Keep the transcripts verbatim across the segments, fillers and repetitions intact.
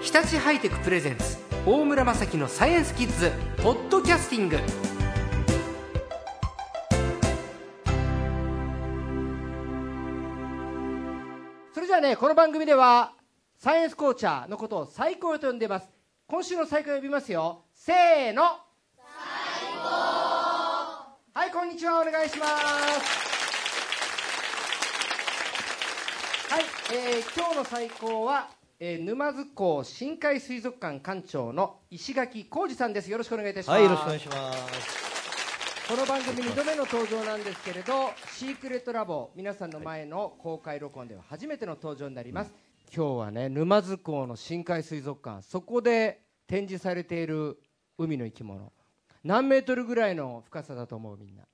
日立ハイテクプレゼンツ大村雅樹のサイエンスキッズポッドキャスティング。それじゃあね、この番組ではサイエンスコーチャーのことを最高と呼んでいます。今週の最高を呼びますよ。せーの、最高。はい、こんにちは、お願いします。はい、えー、今日の最高は、えー、沼津港深海水族館館長の石垣浩二さんです。よろしくお願いいたします。 はい、よろしくお願いします。 この番組にどめの登場なんですけれど、シークレットラボ皆さんの前の公開録音では初めての登場になります。今日はね、沼津港の深海水族館、そこで展示されている海の生き物、何メートルぐらいの深さだと思う？みんな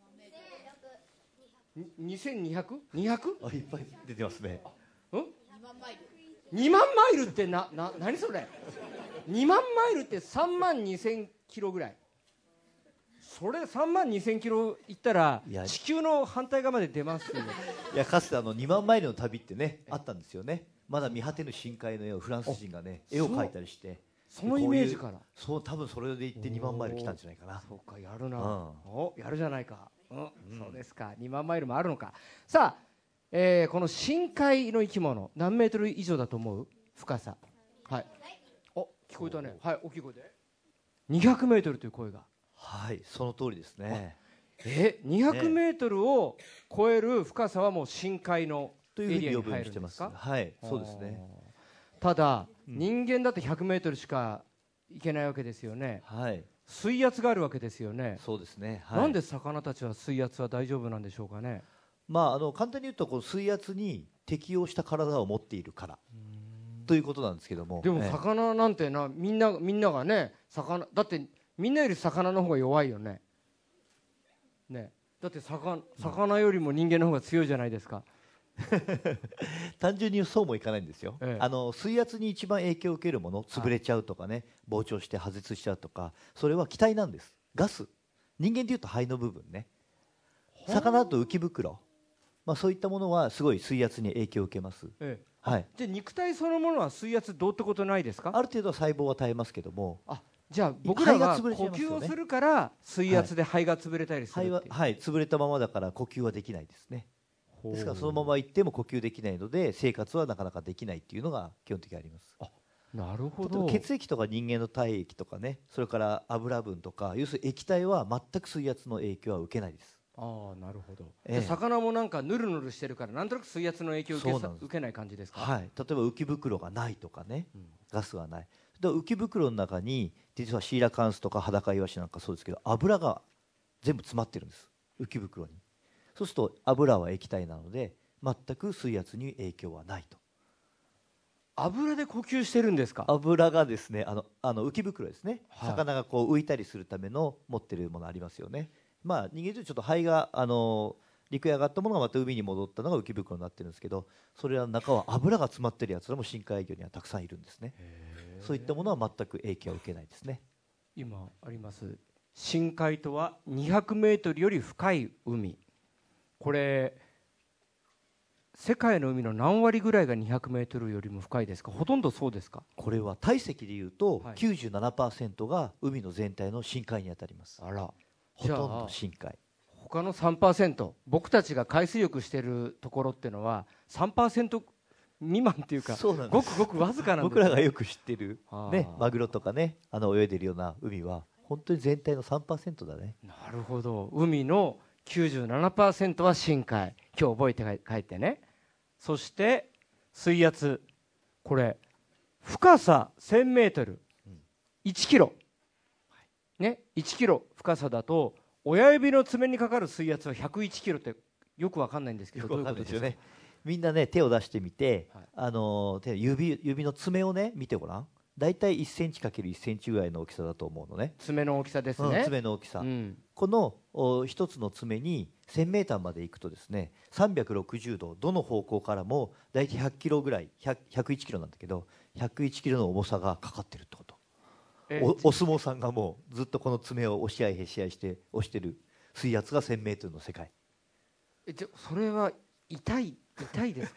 にせんにひゃく？ にひゃく？ あ、いっぱい出てますね。 うん？にまんマイル。にまんマイルってな、な、何それ？にまんマイルってさんまんにせんキロぐらい。それさんまんにせんキロ行ったら地球の反対側まで出ますよね。 いや、かつてあのにまんマイルの旅ってね、あったんですよね。まだ見果てぬ深海の絵をフランス人がね、絵を描いたりして、 そのイメージから。 そう、多分それで行ってにまんマイル来たんじゃないかな。 そうか、やるな、うん、 おやるじゃないか、うんうん、そうですか。にまんマイルもあるのか。さあ、えー、この深海の生き物何メートル以上だと思う？深さ。はい、お、聞こえたね。はい、大きい声でにひゃくメートルという声が。 はい、その通りですね。 え、にひゃくメートルを超える深さはもう深海のエリアに入るんですか？ はい、そうですね。 ただ、うん、人間だってひゃくメートルしか行けないわけですよね。 はい、 水圧があるわけですよね。 そうですね、はい、 なんで魚たちは水圧は大丈夫なんでしょうかね。 まあ、あの簡単に言うとこう水圧に適応した体を持っているからということなんですけども。 でも魚なんてな、みんなみんながね、魚だってみんなより魚の方が弱いよね。ね、だって 魚, 魚よりも人間の方が強いじゃないですか。 単純にそうもいかないんですよ、ええ、あの水圧に一番影響を受けるもの、潰れちゃうとかね、膨張して破絶しちゃうとか、それは気体なんです。ガス。人間でいうと肺の部分ね、魚だと浮き袋、まあ、そういったものはすごい水圧に影響を受けます、ええ、はい、 じゃあ肉体そのものは水圧どうってことないですか？ ある程度は細胞は耐えますけども。 あ、じゃあ僕らは呼吸をするから水圧で肺が潰れたりするっていう、 はい、はい、潰れたままだから呼吸はできないですね。ですからそのまま行っても呼吸できないので生活はなかなかできないっていうのが基本的にあります。 あ、なるほど。 血液とか人間の体液とかね、それから油分とか、要するに液体は全く水圧の影響は受けないです。 ああ、なるほど、ええ、魚もなんかヌルヌルしてるからなんとなく水圧の影響を受け、受けない感じですか？ はい、例えば浮き袋がないとかね、うん、ガスがない。浮き袋の中に実はシーラカンスとか裸イワシなんかそうですけど、油が全部詰まってるんです、浮き袋に。そうすると油は液体なので全く水圧に影響はないと。 油で呼吸してるんですか？ 油がですね、あのあの浮き袋ですね、はい、魚がこう浮いたりするための持ってるものありますよね。まあ人間でちょっと肺があの陸へ上がったものがまた海に戻ったのが浮き袋になってるんですけど、それらの中は油が詰まってるやつらも深海魚にはたくさんいるんですね。そういったものは全く影響を受けないですね。 今あります深海とはにひゃくメートルより深い海、これ世界の海の何割ぐらいがにひゃくメートルよりも深いですか？ほとんどそうですか？ これは体積でいうと きゅうじゅうななパーセント が海の全体の深海に当たります。 あら、 ほとんど深海。 他の さんパーセント、 僕たちが海水浴しているところっていうのは さんパーセント 未満っていうか、ごくごくわずかなんです。 僕らがよく知ってる、ね、マグロとかね、あの泳いでるような海は本当に全体の さんパーセント だね。 なるほど。海の きゅうじゅうななパーセント は深海。今日覚えて帰ってね。そして水圧、これ深させんメートル、いちキロ、ね、いちキロ深さだと親指の爪にかかる水圧はひゃくいちキロってよくわかんないんですけど、 よくわかんないですよね。みんなね手を出してみて、はい、あの手 指, 指の爪をね見てごらん。だいたいいっセンチかけるいっセンチぐらいの大きさだと思うのね。 爪の大きさですね、 うん、爪の大きさ、うん、この一つの爪にせんメーターまで行くとですね、さんびゃくろくじゅうどどの方向からもだいたいひゃくキロぐらい、ひゃくいちキロなんだけど、ひゃくいちキロの重さがかかってるってこと。お, お相撲さんがもうずっとこの爪を押し合いへし合いして押してる水圧がせんメートルの世界。 え、じゃそれは痛い痛いですか？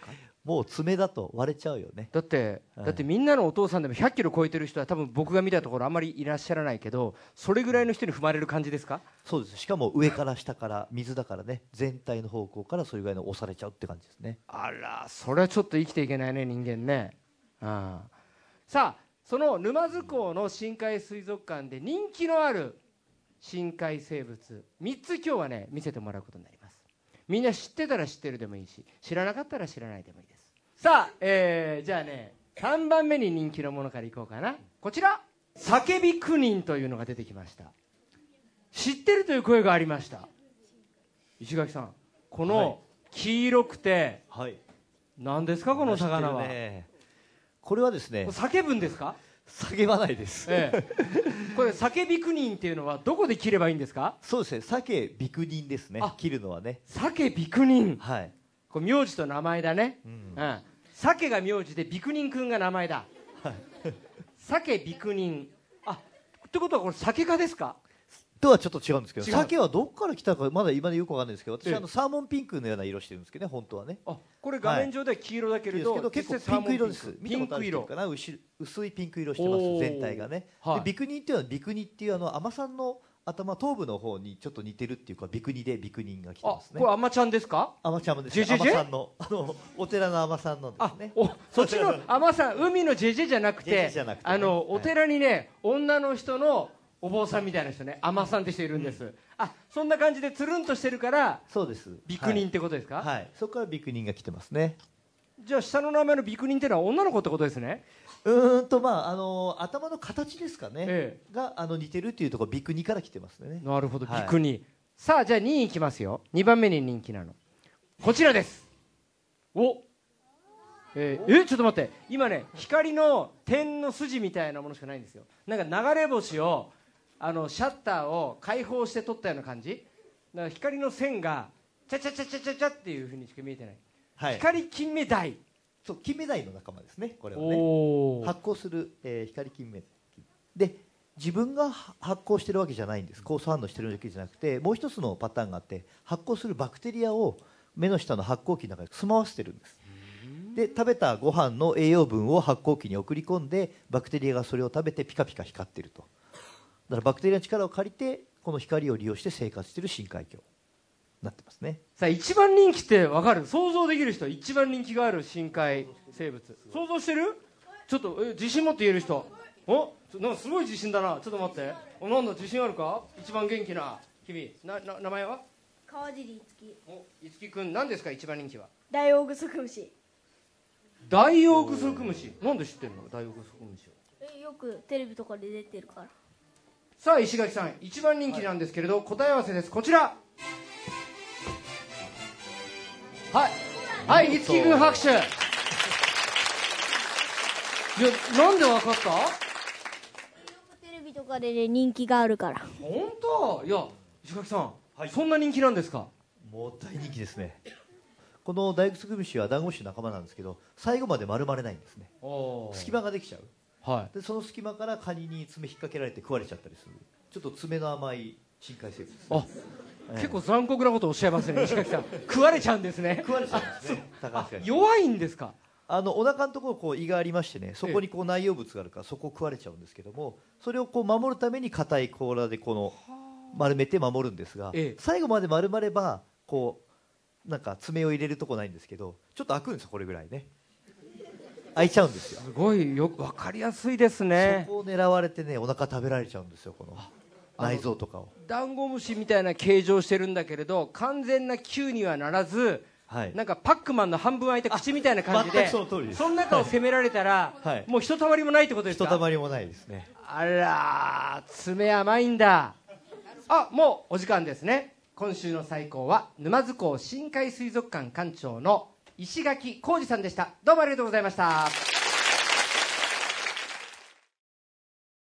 もう爪だと割れちゃうよね。 だって、はい、だってみんなのお父さんでもひゃっキロ超えてる人は多分僕が見たところあんまりいらっしゃらないけど、それぐらいの人に踏まれる感じですか？ そうです。しかも上から下から水だからね、全体の方向からそれぐらいの押されちゃうって感じですね。 あら、それはちょっと生きていけないね、人間ね。ああ、さあ、その沼津港の深海水族館で人気のある深海生物みっつ今日はね見せてもらうことになります。みんな知ってたら知ってるでもいいし、知らなかったら知らないでもいいです。さあ、えー、じゃあねさんばんめに人気のものからいこうかな。こちら、叫びクニンというのが出てきました。知ってるという声がありました。石垣さん、この黄色くて、はい、何ですかこの魚は。ね、 これはですね、 叫ぶんですか？ 叫ばないです、ええ、 これ叫びクニンっていうのはどこで切ればいいんですか？ そうですね、鮭ビクニンですね、切るのはね。 鮭ビクニン、 はい、 これ名字と名前だね、うんうん、鮭が名字でビクニン君が名前だ、はい、鮭ビクニン、あ、ってことはこれ鮭科ですか？ とはちょっと違うんですけど、鮭はどこから来たかまだ今でよくわかんないですけど、私、ええ、あのサーモンピンクのような色してるんですけどね、本当はね。 あ、これ画面上では黄色だけれど、はい、 結構ピンク色です。見たことある人かな、薄いピンク色してます、全体がね。はい、でビクニンっていうのはビクニっていうあの海女さんの頭、頭部の方にちょっと似てるっていうか、ビクニでビクニンが来てますね。 あ、これ海女ちゃんですか？ 海女ちゃんですね。海女さんのあのお寺の海女さんのですね。 お、そっちの海女さん、海のジェジェじゃなくて、あのお寺にね、女の人のお坊さんみたいな人ね、海女さんって人いるんです、うん、あ、そんな感じでつるんとしてるから、 そうです、 ビクニンってことですか？ はい、はい、そこからビクニンが来てますね。 じゃあ下の名前のビクニンってのは女の子ってことですね。 うーんと、まあ、あの頭の形ですかね、 ええ、 があの似てるっていうところ、ビクニから来てますね。 なるほど、ビクニ、はい、さあじゃあにいいきますよ。にばんめに人気なのこちらです。お、えー、えちょっと待って、今ね光の点の筋みたいなものしかないんですよ。なんか流れ星をあのシャッターを開放して撮ったような感じだから、光の線がチャチャチャチャチャチャっていうふうにしか見えてない、はい、光金目鯛、 そう、金目鯛の仲間ですね、これはね。発光する、えー、光金目で、自分が発光してるわけじゃないんです。酵素反応してるわけじゃなくて、もう一つのパターンがあって、発光するバクテリアを目の下の発光器の中に住まわせてるんです。で、食べたご飯の栄養分を発光器に送り込んで、バクテリアがそれを食べてピカピカ光ってると。だからバクテリアの力を借りてこの光を利用して生活している深海魚になってますね。 さあ、一番人気って分かる？想像できる人、一番人気がある深海生物想像してる？ちょっとえ自信持って言える人。お、なんかすごい自信だな。ちょっと待って。お、なんだ、自信あるか？一番元気な君、なな名前は？ 川尻いつき。 お、いつきくん、何ですか一番人気は？ ダイオウグソクムシ。 ダイオウグソクムシ、なんで知ってるの？ダイオウグソクムシを。 え、よくテレビとかで出てるから。 さあ石垣さん、一番人気なんですけれど、はい、答え合わせです。こちら。はいはい、いつき君拍手。いや、なんでわかった？ テレビとかで、ね、人気があるから。 本当？いや、石垣さん、はい、そんな人気なんですか？ もう大人気ですね。このダイオウグソクムシはダンゴムシの仲間なんですけど、最後まで丸まれないんですね。隙間ができちゃう。はい、でその隙間からカニに爪引っ掛けられて食われちゃったりする、ちょっと爪の甘い深海生物です。あ、 えー、結構残酷なことをおっしゃいますね石垣さん。食われちゃうんですね。 食われちゃうんですね。高橋弱いんですか？ あのお腹のところこう胃がありましてね、そこにこう内容物があるからそこを食われちゃうんですけども、それをこう守るために硬い甲羅でこの丸めて守るんですが、ええ、最後まで丸まればこうなんか爪を入れるとこないんですけど、ちょっと開くんですよ、これぐらいね。開いちゃうんですよ。 すごいよく分かりやすいですね。 そこを狙われてね、お腹食べられちゃうんですよ、この内臓とかを。 ダンゴムシみたいな形状してるんだけれど、完全な球にはならず、はい、なんかパックマンの半分開いた口みたいな感じで、 その通りです。 その中を攻められたら、はい、もうひとたまりもないってことですか？ ひとたまりもないですね。 あら、爪甘いんだ。あ、もうお時間ですね。今週の最高は沼津港深海水族館館長の石垣浩二さんでした。どうもありがとうございました。